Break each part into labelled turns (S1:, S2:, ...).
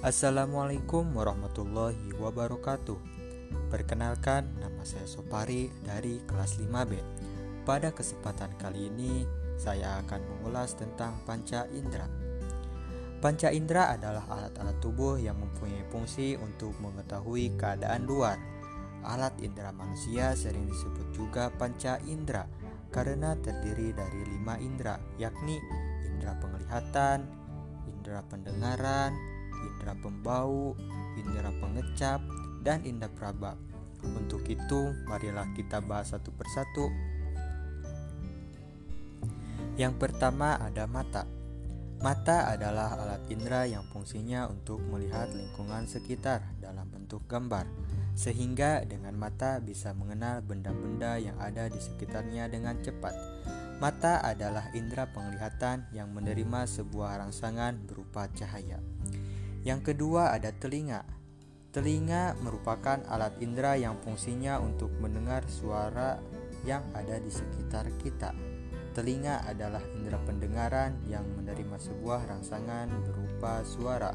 S1: Assalamualaikum warahmatullahi wabarakatuh. Perkenalkan, nama saya Sopari dari kelas 5B. Pada kesempatan kali ini, saya akan mengulas tentang panca indera. Panca indera adalah alat-alat tubuh yang mempunyai fungsi untuk mengetahui keadaan luar. Alat indera manusia sering disebut juga panca indera karena terdiri dari 5 indera, yakni indera penglihatan, indera pendengaran, indera pembau, indera pengecap, dan indera peraba. Untuk itu, marilah kita bahas satu persatu. Yang pertama ada mata. Mata adalah alat indera yang fungsinya untuk melihat lingkungan sekitar dalam bentuk gambar, sehingga dengan mata bisa mengenal benda-benda yang ada di sekitarnya dengan cepat. Mata adalah indera penglihatan yang menerima sebuah rangsangan berupa cahaya. Yang kedua ada telinga. Telinga merupakan alat indera yang fungsinya untuk mendengar suara yang ada di sekitar kita. Telinga adalah indera pendengaran yang menerima sebuah rangsangan berupa suara.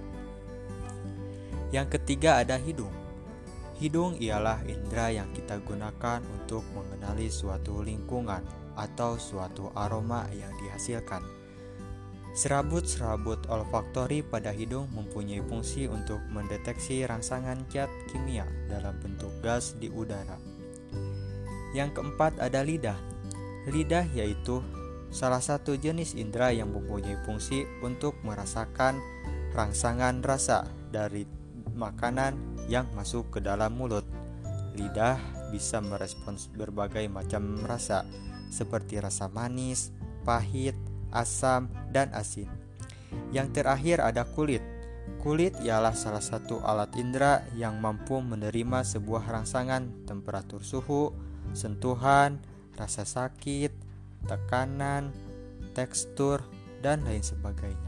S1: Yang ketiga ada hidung. Hidung ialah indera yang kita gunakan untuk mengenali suatu lingkungan atau suatu aroma yang dihasilkan. Serabut-serabut olfaktori pada hidung mempunyai fungsi untuk mendeteksi rangsangan zat kimia dalam bentuk gas di udara. Yang keempat ada lidah. Lidah yaitu salah satu jenis indera yang mempunyai fungsi untuk merasakan rangsangan rasa dari makanan yang masuk ke dalam mulut. Lidah bisa merespons berbagai macam rasa seperti rasa manis, pahit, asam, dan asin. Yang terakhir ada kulit. Kulit ialah salah satu alat indera yang mampu menerima sebuah rangsangan temperatur suhu, sentuhan, rasa sakit, tekanan, tekstur, dan lain sebagainya.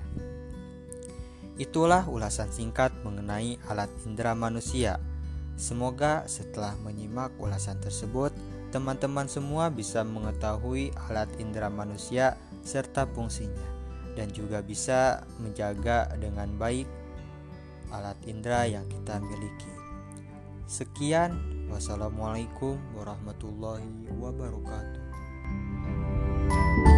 S1: Itulah ulasan singkat mengenai alat indera manusia. Semoga setelah menyimak ulasan tersebut, teman-teman semua bisa mengetahui alat indera manusia serta fungsinya, dan juga bisa menjaga dengan baik alat indera yang kita miliki. Sekian, wassalamualaikum warahmatullahi wabarakatuh.